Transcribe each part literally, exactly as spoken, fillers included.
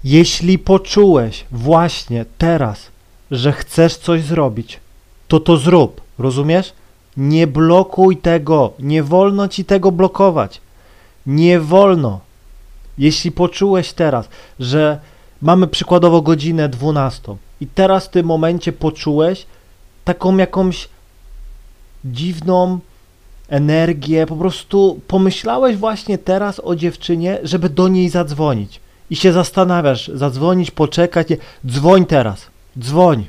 Jeśli poczułeś właśnie teraz, że chcesz coś zrobić, to to zrób, rozumiesz? Nie blokuj tego, nie wolno ci tego blokować. Nie wolno. Jeśli poczułeś teraz, że mamy przykładowo godzinę dwunastą i teraz w tym momencie poczułeś taką jakąś dziwną energię, po prostu pomyślałeś właśnie teraz o dziewczynie, żeby do niej zadzwonić i się zastanawiasz, zadzwonić, poczekać, nie. Dzwoń teraz, dzwoń.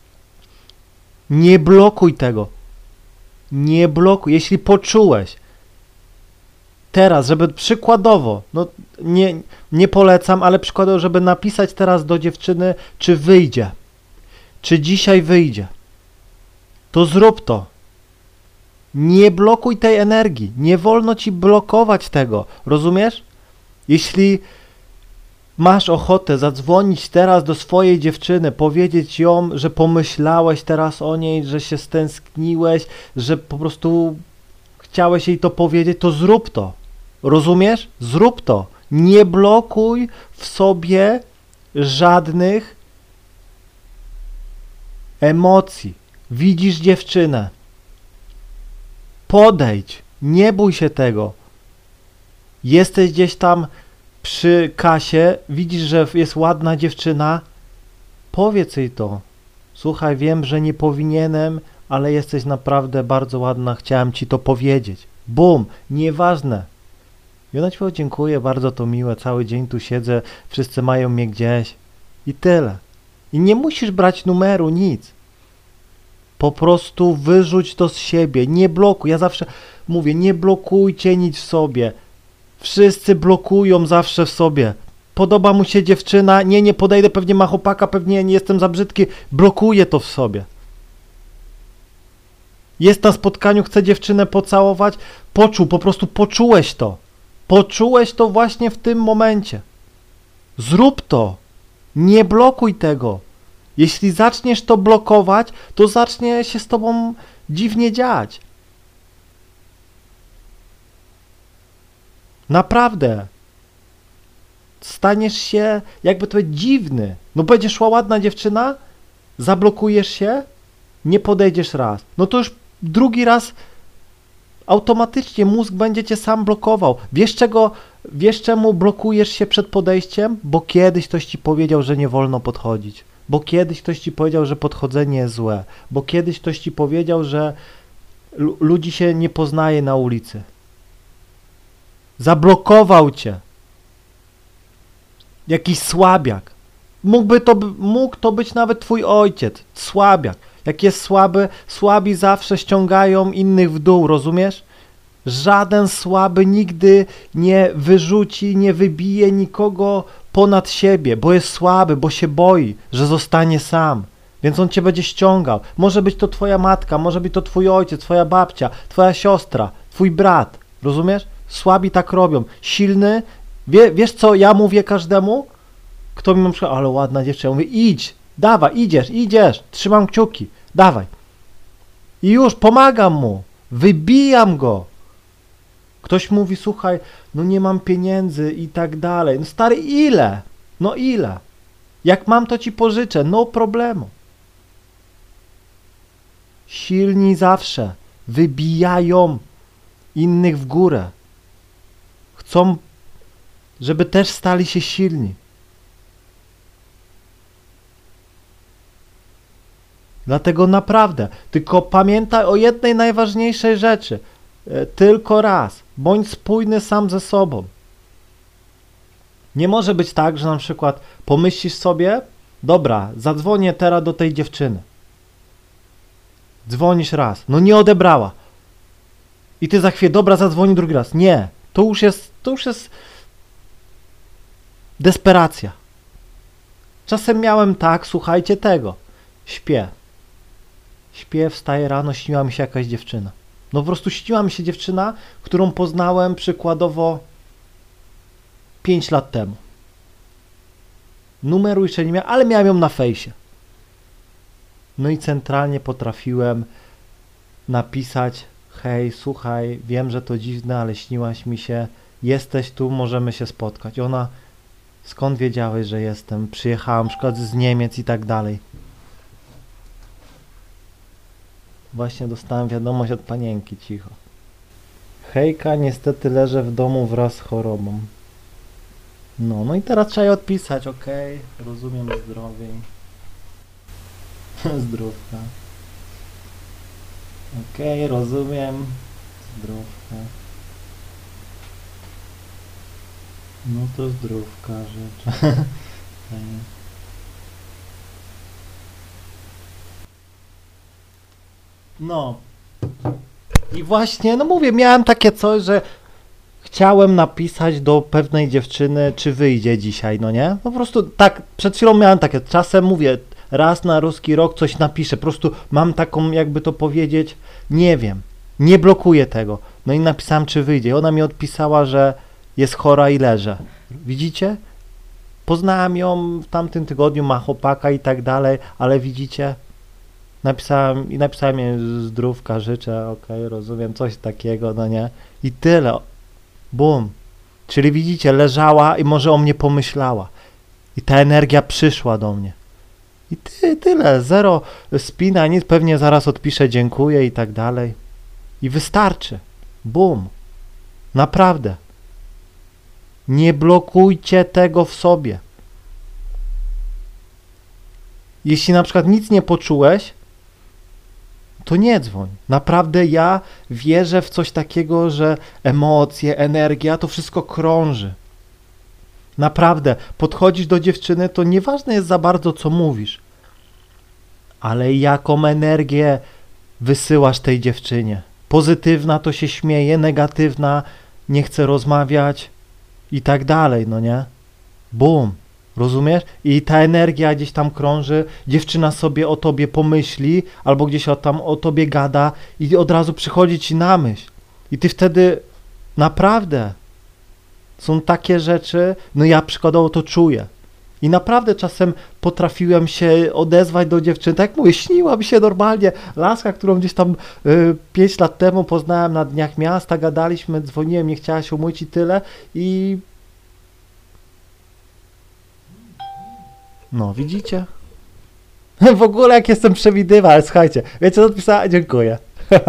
Nie blokuj tego. Nie blokuj. Jeśli poczułeś teraz, żeby przykładowo, no nie, nie polecam, ale przykładowo, żeby napisać teraz do dziewczyny, czy wyjdzie, czy dzisiaj wyjdzie, to zrób to. Nie blokuj tej energii. Nie wolno ci blokować tego. Rozumiesz? Jeśli masz ochotę zadzwonić teraz do swojej dziewczyny, powiedzieć ją, że pomyślałeś teraz o niej, że się stęskniłeś, że po prostu chciałeś jej to powiedzieć, to zrób to. Rozumiesz? Zrób to. Nie blokuj w sobie żadnych emocji. Widzisz dziewczynę. Podejdź. Nie bój się tego. Jesteś gdzieś tam przy kasie, widzisz, że jest ładna dziewczyna, powiedz jej to. Słuchaj, wiem, że nie powinienem, ale jesteś naprawdę bardzo ładna, chciałem ci to powiedzieć. Bum, nieważne. I ona ci powie, dziękuję, bardzo to miłe, cały dzień tu siedzę, wszyscy mają mnie gdzieś. I tyle. I nie musisz brać numeru, nic. Po prostu wyrzuć to z siebie, nie blokuj. Ja zawsze mówię, nie blokujcie nic w sobie. Wszyscy blokują zawsze w sobie. Podoba mu się dziewczyna, nie, nie podejdę, pewnie ma chłopaka, pewnie nie jestem za brzydki. Blokuje to w sobie. Jest na spotkaniu, chce dziewczynę pocałować. Poczuł, po prostu poczułeś to. Poczułeś to właśnie w tym momencie. Zrób to. Nie blokuj tego. Jeśli zaczniesz to blokować, to zacznie się z tobą dziwnie dziać. Naprawdę. Staniesz się, jakby to powiedzieć, dziwny. No będzie szła ładna dziewczyna, zablokujesz się, nie podejdziesz raz. No to już drugi raz automatycznie mózg będzie cię sam blokował. Wiesz czego, wiesz czemu blokujesz się przed podejściem? Bo kiedyś ktoś ci powiedział, że nie wolno podchodzić. Bo kiedyś ktoś ci powiedział, że podchodzenie jest złe. Bo kiedyś ktoś ci powiedział, że ludzi się nie poznaje na ulicy. Zablokował cię. Jakiś słabiak. Mógłby to, mógł to być nawet twój ojciec. Słabiak. Jak jest słaby, słabi zawsze ściągają innych w dół, rozumiesz? Żaden słaby nigdy nie wyrzuci, nie wybije nikogo ponad siebie, bo jest słaby, bo się boi, że zostanie sam. Więc on cię będzie ściągał. Może być to twoja matka, może być to twój ojciec, twoja babcia, twoja siostra, twój brat. Rozumiesz? Słabi tak robią. Silny, wie, wiesz co ja mówię każdemu? Kto mi mówi, ale ładna dziewczyna, ja mówię, idź, dawaj, idziesz, idziesz, trzymam kciuki, dawaj. I już, pomagam mu, wybijam go. Ktoś mówi, słuchaj, no nie mam pieniędzy i tak dalej. No stary, ile? No ile? Jak mam, to ci pożyczę, no problemu. Silni zawsze wybijają innych w górę. Chcą, żeby też stali się silni. Dlatego naprawdę, tylko pamiętaj o jednej najważniejszej rzeczy. Tylko raz. Bądź spójny sam ze sobą. Nie może być tak, że na przykład pomyślisz sobie, dobra, zadzwonię teraz do tej dziewczyny. Dzwonisz raz. No nie odebrała. I ty za chwilę, dobra, zadzwoni drugi raz. Nie. To już jest, to już jest desperacja. Czasem miałem tak, słuchajcie tego. Śpię. Śpię, wstaję rano, śniła mi się jakaś dziewczyna. No po prostu śniła mi się dziewczyna, którą poznałem przykładowo pięć lat temu. Numeru jeszcze nie miałem, ale miałem ją na fejsie. No i centralnie potrafiłem napisać, hej, słuchaj, wiem, że to dziwne, ale śniłaś mi się, jesteś tu, możemy się spotkać. I ona, Skąd wiedziałeś, że jestem? Przyjechałem na przykład z Niemiec i tak dalej. Właśnie dostałem wiadomość od panienki, cicho. Hejka, niestety leżę w domu wraz z chorobą. No, no i teraz trzeba je odpisać, okej, rozumiem, zdrowiej. Zdrówka. Okej, rozumiem, zdrówka. No to zdrówka życzę. Okej. No. I właśnie, no mówię, miałem takie coś, że chciałem napisać do pewnej dziewczyny, czy wyjdzie dzisiaj, no nie? Po prostu tak, przed chwilą miałem takie, czasem mówię, raz na ruski rok coś napiszę, po prostu mam taką, jakby to powiedzieć, nie wiem, nie blokuję tego. No i napisałem, czy wyjdzie. I ona mi odpisała, że jest chora i leży. Widzicie? Poznałem ją w tamtym tygodniu, ma chłopaka i tak dalej, ale widzicie? Napisałem i napisałem jej zdrówka, życzę, okej, rozumiem, coś takiego, no nie? I tyle. Bum. Czyli widzicie, leżała i może o mnie pomyślała. I ta energia przyszła do mnie. I ty, tyle, zero spina, nic, pewnie zaraz odpiszę dziękuję i tak dalej. I wystarczy. Bum. Naprawdę. Nie blokujcie tego w sobie. Jeśli na przykład nic nie poczułeś, to nie dzwoń. Naprawdę ja wierzę w coś takiego, że emocje, energia, to wszystko krąży. Naprawdę, podchodzisz do dziewczyny, to nieważne jest za bardzo, co mówisz, ale jaką energię wysyłasz tej dziewczynie. Pozytywna to się śmieje, negatywna nie chce rozmawiać i tak dalej, no nie? Bum. Rozumiesz? I ta energia gdzieś tam krąży, dziewczyna sobie o tobie pomyśli, albo gdzieś o tam o tobie gada i od razu przychodzi ci na myśl. I ty wtedy naprawdę są takie rzeczy, no ja przykładowo to czuję. I naprawdę czasem potrafiłem się odezwać do dziewczyny, tak jak mówię, śniła mi się normalnie laska, którą gdzieś tam y, pięć lat temu poznałem na Dniach Miasta, gadaliśmy, dzwoniłem, nie chciała się umyć i tyle i no, widzicie? W ogóle jak jestem przewidywalny, słuchajcie, wiecie co odpisała? Dziękuję.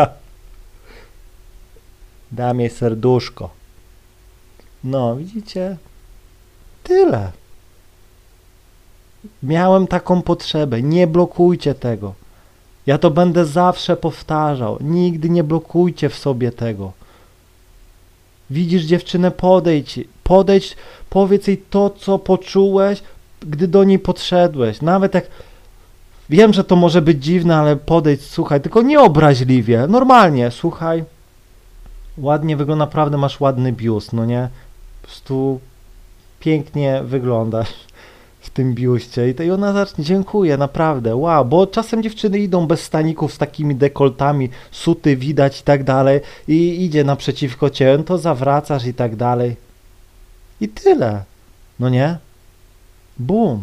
Dam jej serduszko. No, widzicie? Tyle. Miałem taką potrzebę, nie blokujcie tego. Ja to będę zawsze powtarzał, nigdy nie blokujcie w sobie tego. Widzisz dziewczynę, podejdź, podejdź, powiedz jej to, co poczułeś, gdy do niej podszedłeś, nawet jak, wiem, że to może być dziwne, ale podejdź, słuchaj, tylko nie obraźliwie, normalnie, słuchaj, ładnie wygląda, naprawdę masz ładny biust, no nie, po prostu pięknie wyglądasz w tym biuście i, to, i ona zacznie, dziękuję, naprawdę, wow, bo czasem dziewczyny idą bez staników z takimi dekoltami, suty widać i tak dalej i idzie naprzeciwko ciebie, no to zawracasz i tak dalej i tyle, no nie? Bum.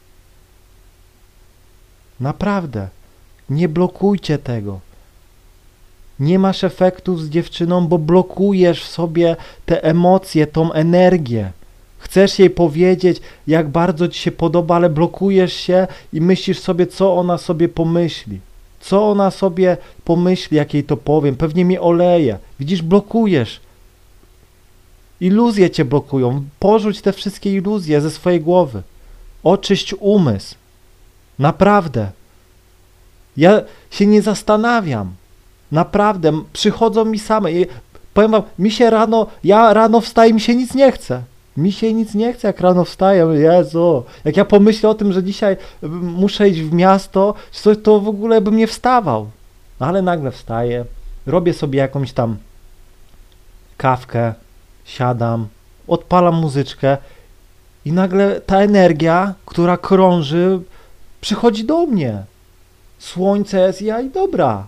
Naprawdę. Nie blokujcie tego. Nie masz efektów z dziewczyną, bo blokujesz w sobie te emocje, tą energię. Chcesz jej powiedzieć, jak bardzo ci się podoba, ale blokujesz się i myślisz sobie, co ona sobie pomyśli. Co ona sobie pomyśli, jak jej to powiem. Pewnie mnie oleje. Widzisz, blokujesz. Iluzje cię blokują. Porzuć te wszystkie iluzje ze swojej głowy. Oczyść umysł. Naprawdę. Ja się nie zastanawiam. Naprawdę. Przychodzą mi same. I powiem wam, mi się rano, ja rano wstaję, mi się nic nie chce. Mi się nic nie chce, jak rano wstaję. Jezu. Jak ja pomyślę o tym, że dzisiaj muszę iść w miasto, to w ogóle bym nie wstawał. Ale nagle wstaję, robię sobie jakąś tam kawkę, siadam, odpalam muzyczkę i nagle ta energia, która krąży, przychodzi do mnie. Słońce jest, ja i dobra.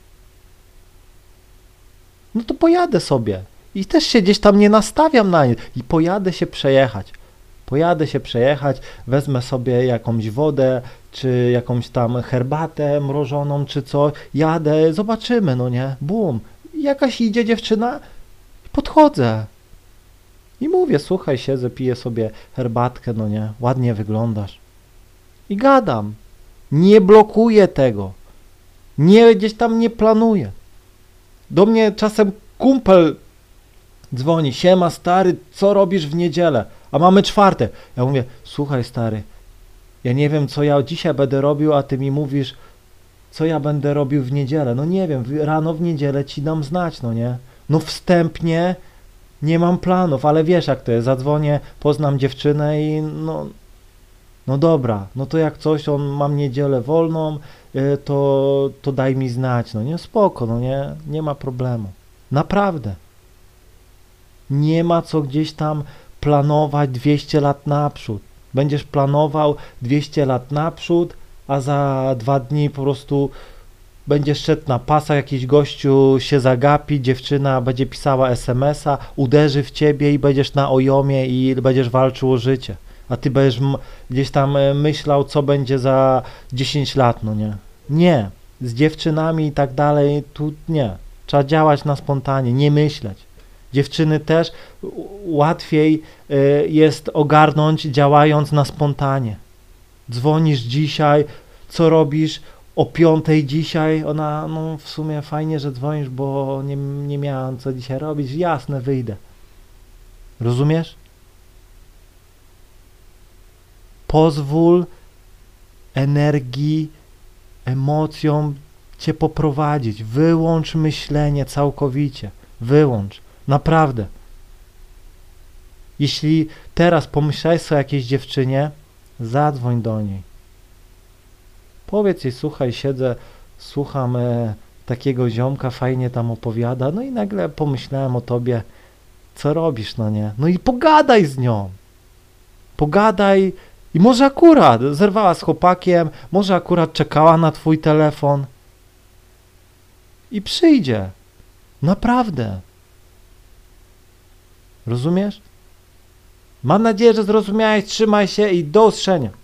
No to pojadę sobie. I też się gdzieś tam nie nastawiam na nie. I pojadę się przejechać. Pojadę się przejechać, wezmę sobie jakąś wodę, czy jakąś tam herbatę mrożoną, czy coś. Jadę, zobaczymy, no nie? Bum. I jakaś idzie dziewczyna, podchodzę. I mówię, słuchaj, siedzę, piję sobie herbatkę, no nie, ładnie wyglądasz. I gadam. Nie blokuję tego. Nie, gdzieś tam nie planuję. Do mnie czasem kumpel dzwoni, siema stary, co robisz w niedzielę? A mamy czwartek. Ja mówię, słuchaj stary, ja nie wiem co ja dzisiaj będę robił, a ty mi mówisz, co ja będę robił w niedzielę. No nie wiem, rano w niedzielę ci dam znać, no nie? No wstępnie nie mam planów, ale wiesz jak to jest, zadzwonię, poznam dziewczynę i no, no dobra, no to jak coś, on mam niedzielę wolną, y, to, to daj mi znać, no nie, spoko, no nie, nie ma problemu. Naprawdę. Nie ma co gdzieś tam planować dwieście lat naprzód. Będziesz planował dwieście lat naprzód, a za dwa dni po prostu będziesz szedł na pasach, jakiś gościu się zagapi, dziewczyna będzie pisała es em es a, uderzy w ciebie i będziesz na ojomie i będziesz walczył o życie. A ty będziesz gdzieś tam myślał, co będzie za dziesięć lat, no nie. Nie. Z dziewczynami i tak dalej, tu nie. Trzeba działać na spontanie, nie myśleć. Dziewczyny też łatwiej y, jest ogarnąć działając na spontanie. Dzwonisz dzisiaj, co robisz o piątej dzisiaj? Ona, no w sumie fajnie, że dzwonisz, bo nie, nie miałam co dzisiaj robić. Jasne, wyjdę. Rozumiesz? Pozwól energii, emocjom cię poprowadzić. Wyłącz myślenie całkowicie. Wyłącz. Naprawdę. Jeśli teraz pomyślałeś sobie o jakiejś dziewczynie, zadzwoń do niej. Powiedz jej, słuchaj, siedzę, słucham e, takiego ziomka, fajnie tam opowiada, no i nagle pomyślałem o tobie, co robisz, no nie? No i pogadaj z nią. Pogadaj i może akurat zerwała z chłopakiem, może akurat czekała na twój telefon i przyjdzie. Naprawdę. Rozumiesz? Mam nadzieję, że zrozumiałeś, trzymaj się i do usłyszenia.